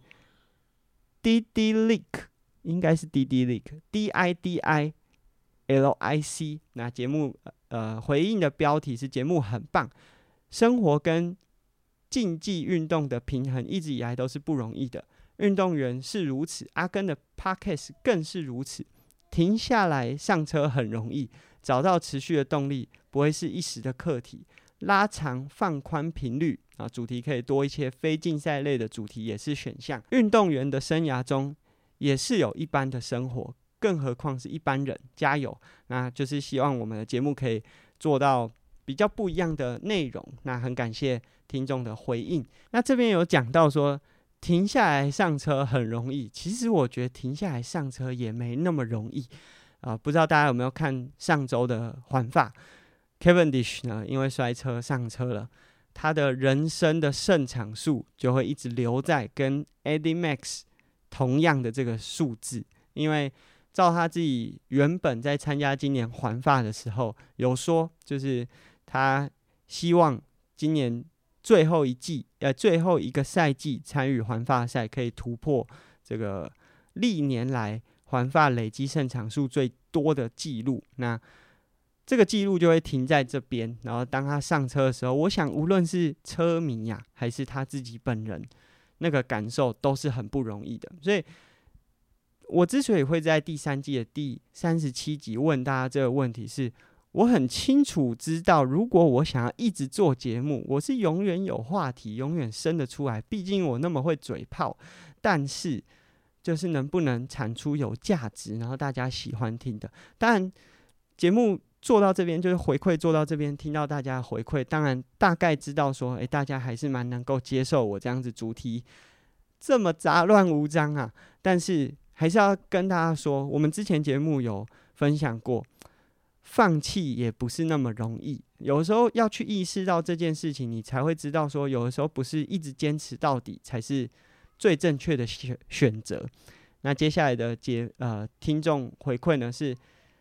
DDLick， 应该是 DDLick DIDILIC。那节目回应的标题是节目很棒，生活跟竞技运动的平衡一直以来都是不容易的。运动员是如此，阿根的 Podcast 更是如此。停下来上车很容易，找到持续的动力不会是一时的课题。拉长放宽频率啊，主题可以多一些，非竞赛类的主题也是选项。运动员的生涯中也是有一般的生活，更何况是一般人。加油！那就是希望我们的节目可以做到比较不一样的内容。那很感谢听众的回应。那这边有讲到说，停下来上车很容易，其实我觉得停下来上车也没那么容易不知道大家有没有看上周的环法 Cavendish 呢？因为摔车上车了，他的人生的胜场数就会一直留在跟 Eddy Merckx 同样的这个数字，因为照他自己原本在参加今年环法的时候有说，就是他希望今年最后一个赛季参与环法赛，可以突破这个历年来环法累积胜场数最多的记录。那这个记录就会停在这边。然后当他上车的时候，我想无论是车迷还是他自己本人，那个感受都是很不容易的。所以我之所以会在第3季的第37集问大家这个问题是，我很清楚知道，如果我想要一直做节目，我是永远有话题，永远生得出来。毕竟我那么会嘴炮，但是就是能不能产出有价值，然后大家喜欢听的。当然，节目做到这边，就是回馈做到这边，听到大家的回馈，当然大概知道说，大家还是蛮能够接受我这样子主题这么杂乱无章啊。但是还是要跟大家说，我们之前节目有分享过。放弃也不是那么容易，有的时候要去意识到这件事情，你才会知道说，有的时候不是一直坚持到底才是最正确的选择。那接下来的听众回馈呢是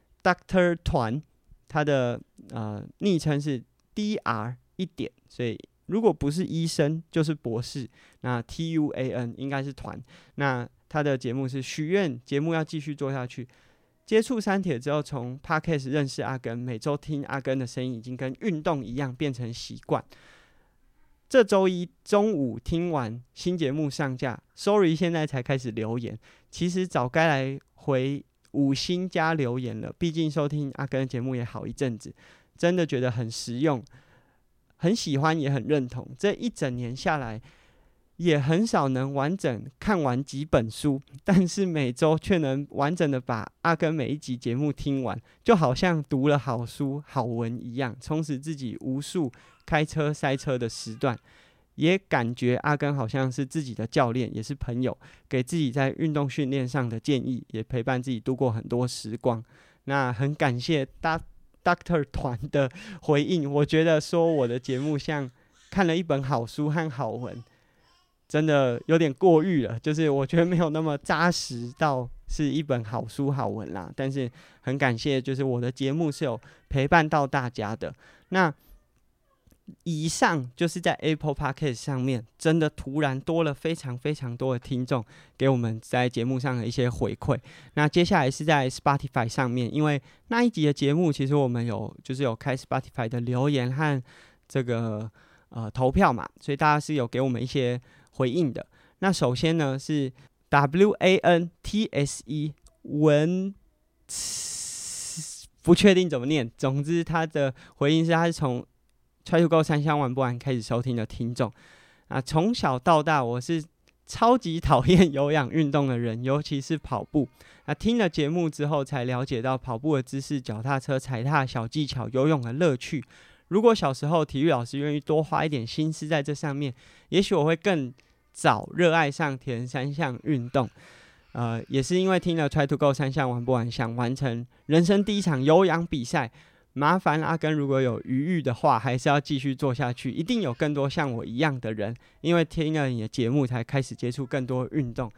Dr. 团，他的昵称是 Dr 1点，所以如果不是医生就是博士，那 TUAN 应该是团。那他的节目是许愿节目要继续做下去。接触三铁之后，从 Podcast 认识阿根，每周听阿根的声音已经跟运动一样变成习惯。这周一中午听完新节目上架 ，Sorry 现在才开始留言，其实早该来回5星加留言了。毕竟收听阿根的节目也好一阵子，真的觉得很实用，很喜欢也很认同。这一整年下来，也很少能完整看完几本书，但是每周却能完整的把阿根每一集节目听完，就好像读了好书好文一样，充实自己无数开车塞车的时段。也感觉阿根好像是自己的教练，也是朋友，给自己在运动训练上的建议，也陪伴自己度过很多时光。那很感谢Dr. 团的回应，我觉得说我的节目像看了一本好书和好文，真的有点过誉了，就是我觉得没有那么扎实到是一本好书好文啦。但是很感谢，就是我的节目是有陪伴到大家的。那以上就是在 Apple Podcast 上面，真的突然多了非常非常多的听众给我们在节目上的一些回馈。那接下来是在 Spotify 上面，因为那一集的节目其实我们有开 Spotify 的留言和这个投票嘛，所以大家是有给我们一些回应的。那首先呢是 WANTSE 文，不确定怎么念，总之他的回应是他是从 Try to Go 3箱玩不完开始收听的听众。从小到大我是超级讨厌有氧运动的人，尤其是跑步。听了节目之后才了解到跑步的姿势、脚踏车踩踏小技巧、游泳的乐趣。如果小时候体育老师愿意多花一点心思在这上面，也许我会更早热爱上铁人3项运动。也是因为听了 Try to Go 3项玩不完，想完成人生第一场有氧比赛。麻烦阿根如果有余裕的话，还是要继续做下去。一定有更多像我一样的人，因为听了你的节目才开始接触更多运动。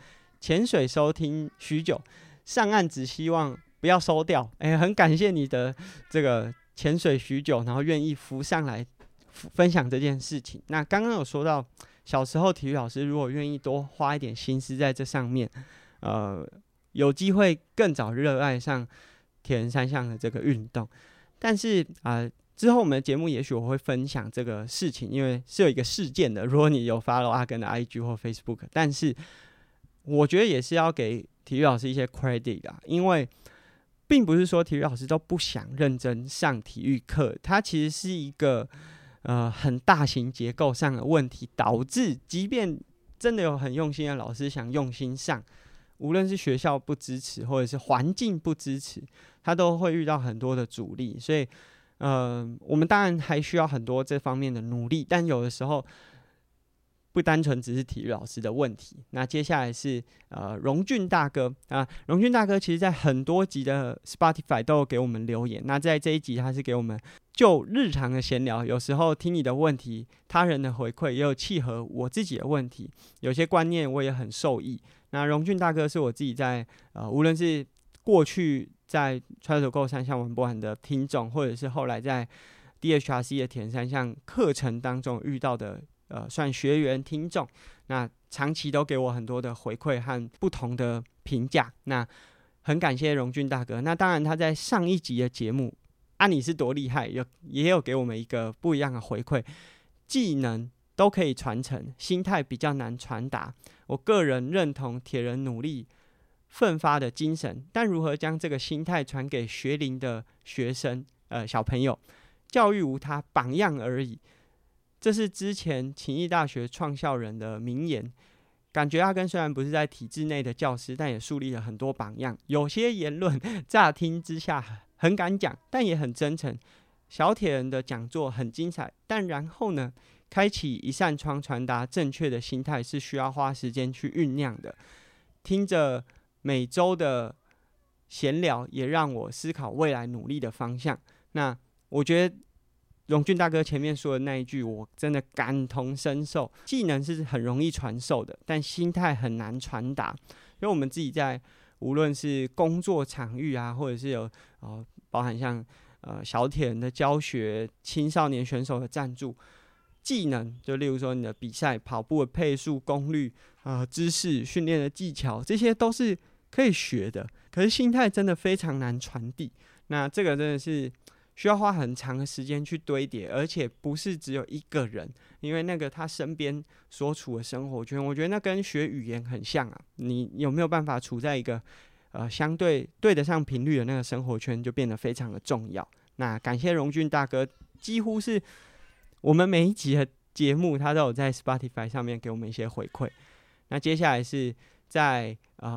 潜水收听许久，上岸只希望不要收掉。很感谢你的这个潜水许久，然后愿意浮上来分享这件事情。那刚刚有说到，小时候体育老师如果愿意多花一点心思在这上面，有机会更早热爱上铁人三项的这个运动。但是之后我们的节目也许我会分享这个事情，因为是有一个事件的。如果你有 follow 阿根的 IG 或 Facebook， 但是我觉得也是要给体育老师一些 credit 啦，因为并不是说体育老师都不想认真上体育课，它其实是一个很大型结构上的问题，导致即便真的有很用心的老师想用心上，无论是学校不支持或者是环境不支持，他都会遇到很多的阻力。所以我们当然还需要很多这方面的努力，但有的时候不单纯只是体育老师的问题。那接下来是荣俊大哥荣俊大哥其实在很多集的 Spotify 都有给我们留言。那在这一集他是给我们就日常的闲聊，有时候听你的问题，他人的回馈也有契合我自己的问题，有些观念我也很受益。那荣俊大哥是我自己在无论是过去在川手购三项玩不完的听众，或者是后来在 DHRC 的铁人三项课程当中遇到的算学员听众，那长期都给我很多的回馈和不同的评价，那很感谢荣俊大哥。那当然他在上一集的节目你是多厉害，也有给我们一个不一样的回馈，技能都可以传承，心态比较难传达。我个人认同铁人努力奋发的精神，但如何将这个心态传给学龄的学生小朋友，教育无他，榜样而已。这是之前勤益大学创校人的名言。感觉阿根虽然不是在体制内的教师，但也树立了很多榜样。有些言论乍听之下很敢讲，但也很真诚。小铁人的讲座很精彩，但然后呢，开启一扇窗，传达正确的心态是需要花时间去酝酿的。听着每周的闲聊，也让我思考未来努力的方向。那我觉得荣俊大哥前面说的那一句，我真的感同身受。技能是很容易传授的，但心态很难传达。因为我们自己在无论是工作场域或者是有包含像小铁人的教学、青少年选手的赞助，技能就例如说你的比赛跑步的配速、功率知识、训练的技巧，这些都是可以学的。可是心态真的非常难传递。那这个真的是需要花很长的时间去堆叠，而且不是只有一个人，因为那个他身边所处的生活圈，我觉得那跟学语言很像你有没有办法处在一个相对对得上频率的那个生活圈，就变得非常的重要。那感谢荣俊大哥，几乎是我们每一集的节目，他都有在 Spotify 上面给我们一些回馈。那接下来是在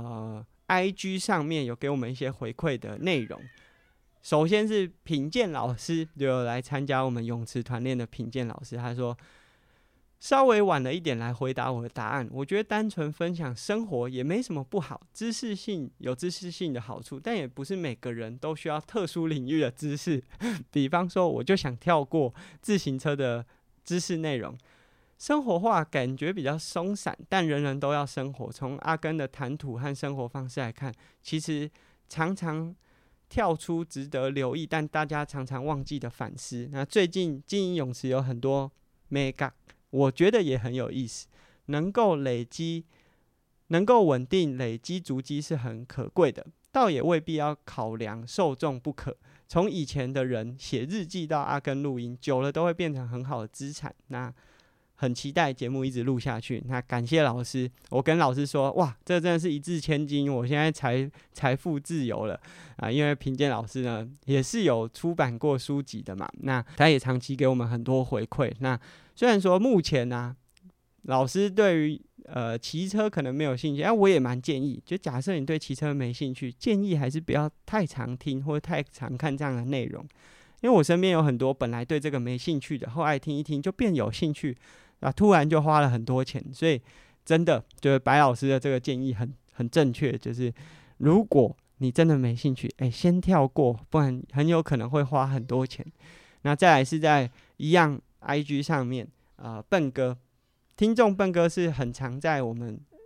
IG 上面有给我们一些回馈的内容。首先是品鉴老师，就有来参加我们泳池团练的品鉴老师，他说稍微晚了一点来回答我的答案，我觉得单纯分享生活也没什么不好，知识性有知识性的好处，但也不是每个人都需要特殊领域的知识。比方说我就想跳过自行车的知识内容，生活化感觉比较松散，但人人都要生活。从阿根的谈吐和生活方式来看，其实常常跳出值得留意但大家常常忘记的反思。那最近经营泳池有很多 mega， 我觉得也很有意思。能够稳定累积足迹是很可贵的，倒也未必要考量受众不可。从以前的人写日记到阿根录音，久了都会变成很好的资产。那很期待节目一直录下去。那感谢老师，我跟老师说，哇，这真的是一掷千金，我现在财富自由了因为品鉴老师呢也是有出版过书籍的嘛，那他也长期给我们很多回馈。那虽然说目前老师对于骑车可能没有兴趣，我也蛮建议，就假设你对骑车没兴趣，建议还是不要太常听或太常看这样的内容。因为我身边有很多本来对这个没兴趣的，后来听一听就变有兴趣突然就花了很多钱。所以真的就是白老师的这个建议很正确，就是如果你真的没兴趣先跳过，不然很有可能会花很多钱。那再来是在一样 IG 上面笨哥听众，笨哥是很常在我们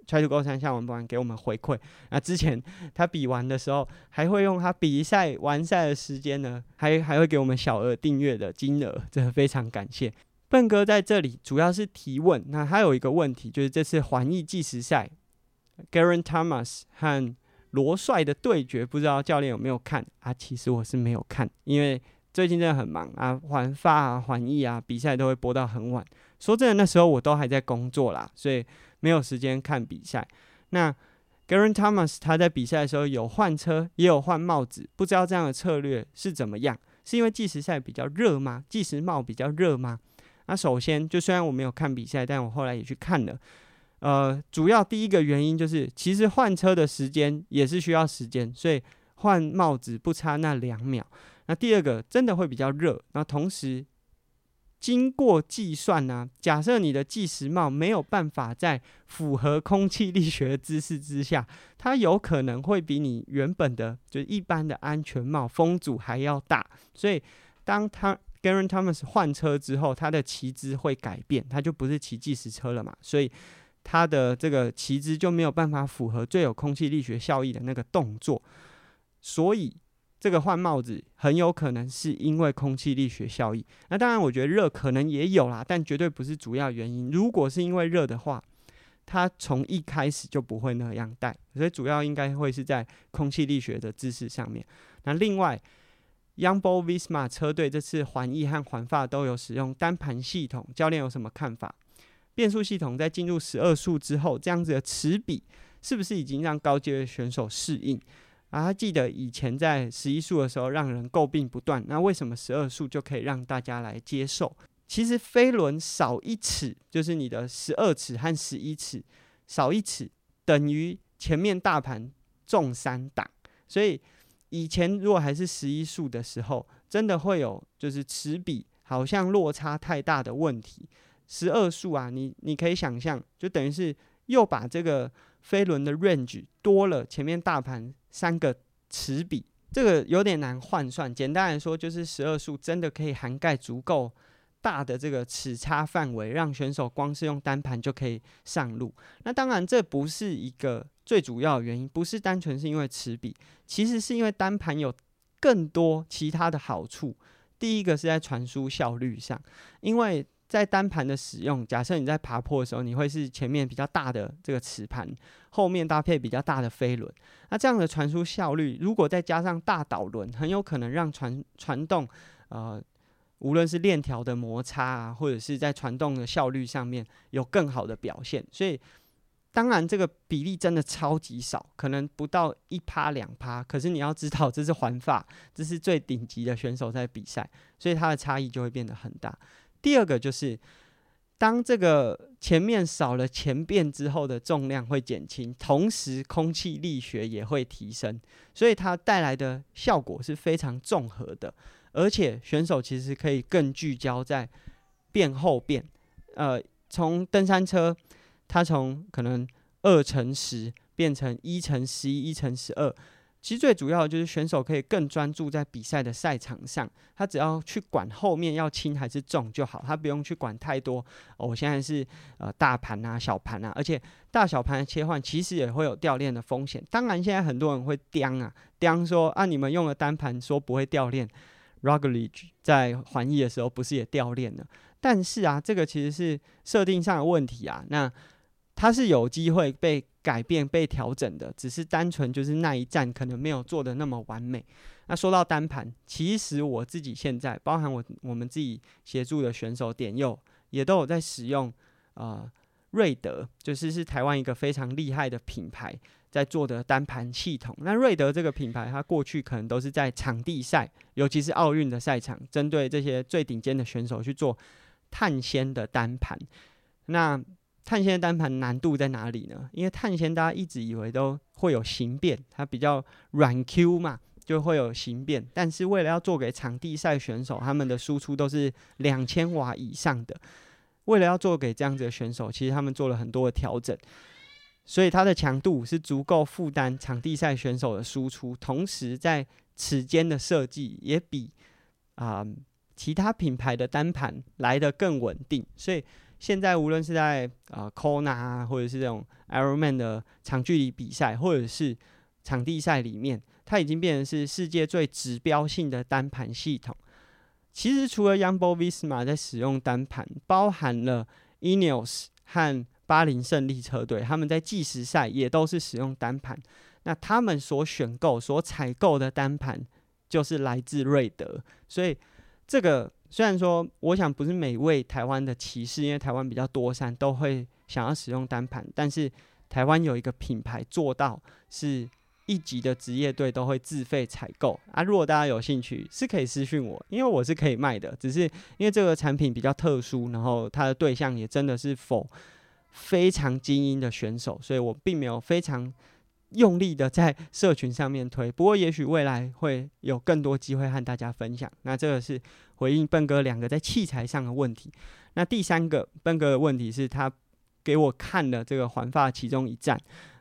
Try to Go3项玩给我们回馈。那之前他比完的时候，还会用他比赛完赛的时间呢，还会给我们小额订阅的金额，真的非常感谢。笨哥在这里主要是提问，那还有一个问题就是这次环意计时赛 Geraint Thomas 和罗帅的对决，不知道教练有没有看啊？其实我是没有看，因为最近真的很忙啊，环法啊、环意啊比赛都会播到很晚。说真的，那时候我都还在工作啦，所以没有时间看比赛。那 Geraint Thomas 他在比赛的时候有换车，也有换帽子，不知道这样的策略是怎么样？是因为计时赛比较热吗？计时帽比较热吗？那首先，就虽然我没有看比赛，但我后来也去看了。主要第一个原因就是，其实换车的时间也是需要时间，所以换帽子不差那2秒。那第二个真的会比较热，那同时经过计算啊，假设你的计时帽没有办法在符合空气力学的姿势之下，它有可能会比你原本的就是一般的安全帽风阻还要大，所以当Geraint Thomas 换车之后，他的骑姿会改变，他就不是骑计时车了嘛，所以他的这个骑姿就没有办法符合最有空气力学效益的那个动作，所以这个换帽子很有可能是因为空气力学效益。那当然，我觉得热可能也有啦，但绝对不是主要原因。如果是因为热的话，他从一开始就不会那样戴，所以主要应该会是在空气力学的姿势上面。那另外Jumbo Visma 车队这次环意和环法都有使用单盘系统，教练有什么看法？变速系统在进入12速之后，这样子的齿比是不是已经让高阶的选手适应？他记得以前在11速的时候让人诟病不断，那为什么12速就可以让大家来接受？其实飞轮少1尺，就是你的12尺和11尺少1尺，等于前面大盘重3档，所以以前如果还是11速的时候，真的会有就是齿比好像落差太大的问题。12速啊，你可以想象，就等于是又把这个飞轮的 range 多了前面大盘3个齿比，这个有点难换算。简单来说，就是12速真的可以涵盖足够大的这个齿差范围，让选手光是用单盘就可以上路。那当然，这不是一个最主要的原因，不是单纯是因为齿比，其实是因为单盘有更多其他的好处。第一个是在传输效率上，因为在单盘的使用，假设你在爬坡的时候，你会是前面比较大的这个齿盘，后面搭配比较大的飞轮，那这样的传输效率，如果再加上大导轮，很有可能让传动无论是链条的摩擦啊，或者是在传动的效率上面有更好的表现。所以当然这个比例真的超级少，可能不到1%、2%，可是你要知道这是环法，这是最顶级的选手在比赛，所以它的差异就会变得很大。第二个就是，当这个前面少了前变之后的重量会减轻，同时空气力学也会提升，所以它带来的效果是非常综合的。而且选手其实可以更聚焦在变后变，从登山车，它从可能2×10变成1×11、1×12。其实最主要的就是选手可以更专注在比赛的赛场上，他只要去管后面要轻还是重就好，他不用去管太多。我现在是大盘啊、小盘啊，而且大小盘的切换其实也会有掉链的风险。当然，现在很多人会刁说啊，你们用了单盘说不会掉链 ，Roglic 在环意的时候不是也掉链了？但是啊，这个其实是设定上的问题啊，那它是有机会被改变、被调整的，只是单纯就是那一站可能没有做的那么完美。那说到单盘，其实我自己现在，包含我们自己协助的选手点佑，也都有在使用瑞德，是台湾一个非常厉害的品牌在做的单盘系统。那瑞德这个品牌，它过去可能都是在场地赛，尤其是奥运的赛场，针对这些最顶尖的选手去做碳纤的单盘。那碳纤的单盘难度在哪里呢？因为碳纤大家一直以为都会有形变，它比较软 Q 嘛，就会有形变。但是为了要做给场地赛选手，他们的输出都是2000瓦以上的。为了要做给这样子的选手，其实他们做了很多的调整，所以它的强度是足够负担场地赛选手的输出，同时在齿间的设计也比其他品牌的单盘来得更稳定，所以现在无论是在Kona 啊，或者是这种 Ironman 的长距离比赛，或者是场地赛里面，它已经变成是世界最指标性的单盘系统。其实除了 Jumbo-Visma 在使用单盘，包含了 Ineos 和巴林胜利车队，他们在计时赛也都是使用单盘。那他们所选购、所采购的单盘就是来自瑞德，所以这个虽然说，我想不是每位台湾的骑士，因为台湾比较多山，都会想要使用单盘，但是台湾有一个品牌做到是一级的职业队都会自费采购啊。如果大家有兴趣，是可以私讯我，因为我是可以卖的，只是因为这个产品比较特殊，然后它的对象也真的是否非常精英的选手，所以我并没有非常用力的在社群上面推，不过也许未来会有更多机会和大家分享。那这个是回应笨哥2个在器材上的问题。那第3个笨哥的问题是他给我看了这个环法其中一站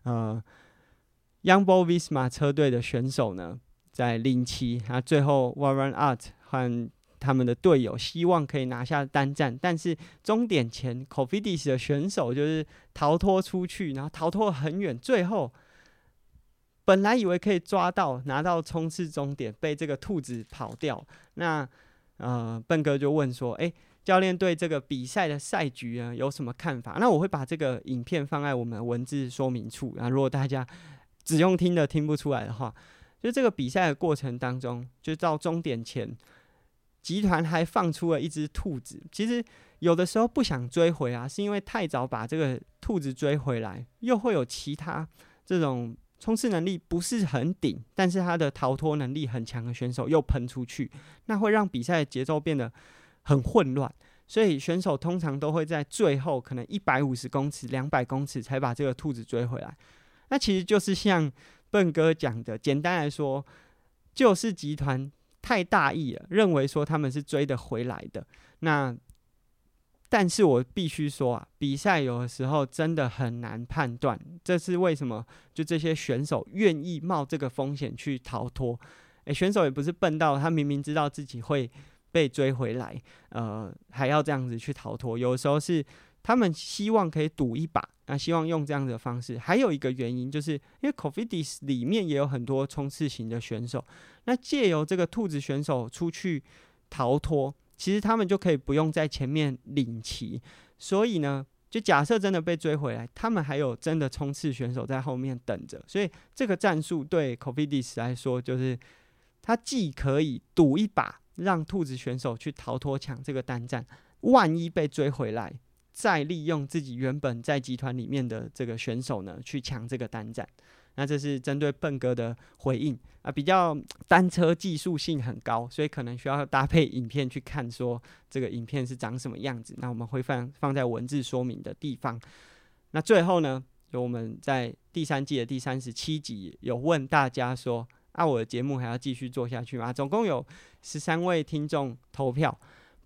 Jumbo-Visma 车队的选手呢在领骑，那最后 Warren Art 和他们的队友希望可以拿下单站，但是终点前 Cofidis 的选手就是逃脱出去，然后逃脱很远，最后本来以为可以抓到拿到冲刺终点，被这个兔子跑掉。那笨哥就问说，教练对这个比赛的赛局呢有什么看法？那我会把这个影片放在我们文字说明处，然后如果大家只用听的听不出来的话，就这个比赛的过程当中，就到终点前，集团还放出了一只兔子。其实有的时候不想追回啊，是因为太早把这个兔子追回来，又会有其他这种冲刺能力不是很顶，但是他的逃脱能力很强的选手又喷出去，那会让比赛的节奏变得很混乱。所以选手通常都会在最后可能150公尺、200公尺才把这个兔子追回来。那其实就是像笨哥讲的，简单来说，就是集团太大意了，认为说他们是追得回来的。那但是我必须说啊，比赛有的时候真的很难判断，这是为什么？就这些选手愿意冒这个风险去逃脱。选手也不是笨到他明明知道自己会被追回来，还要这样子去逃脱。有的时候是他们希望可以赌一把，希望用这样的方式。还有一个原因，就是因为 Cofidis 里面也有很多冲刺型的选手，那借由这个兔子选手出去逃脱，其实他们就可以不用在前面领骑。所以呢，就假设真的被追回来，他们还有真的冲刺选手在后面等着。所以这个战术对 Cofidis 来说，就是他既可以赌一把，让兔子选手去逃脱抢这个单站，万一被追回来，再利用自己原本在集团里面的这个选手呢去抢这个单站。那这是针对笨哥的回应啊，比较单车技术性很高，所以可能需要搭配影片去看，说这个影片是长什么样子。那我们会放在文字说明的地方。那最后呢，就我们在第3季的第37集有问大家说，我的节目还要继续做下去吗？总共有13位听众投票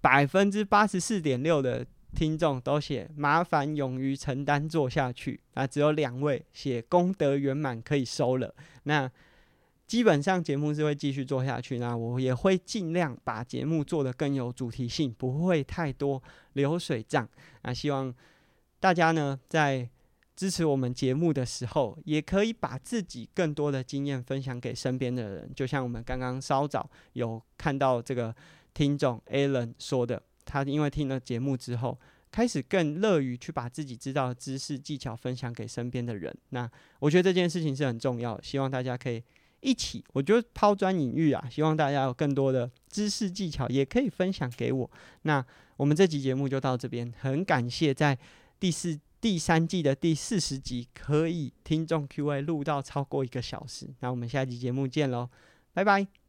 ，84.6%的听众都写麻烦勇于承担做下去，只有2位写功德圆满可以收了。那基本上节目是会继续做下去，那我也会尽量把节目做得更有主题性，不会太多流水账。那希望大家呢在支持我们节目的时候，也可以把自己更多的经验分享给身边的人。就像我们刚刚稍早有看到这个听众 Alan 说的，他因为听了节目之后，开始更乐于去把自己知道的知识技巧分享给身边的人。那我觉得这件事情是很重要的，希望大家可以一起，我觉得抛砖引玉啊，希望大家有更多的知识技巧也可以分享给我。那我们这集节目就到这边，很感谢在第3季的第40集可以听众 Q&A 录到超过1个小时。那我们下集节目见咯，拜拜。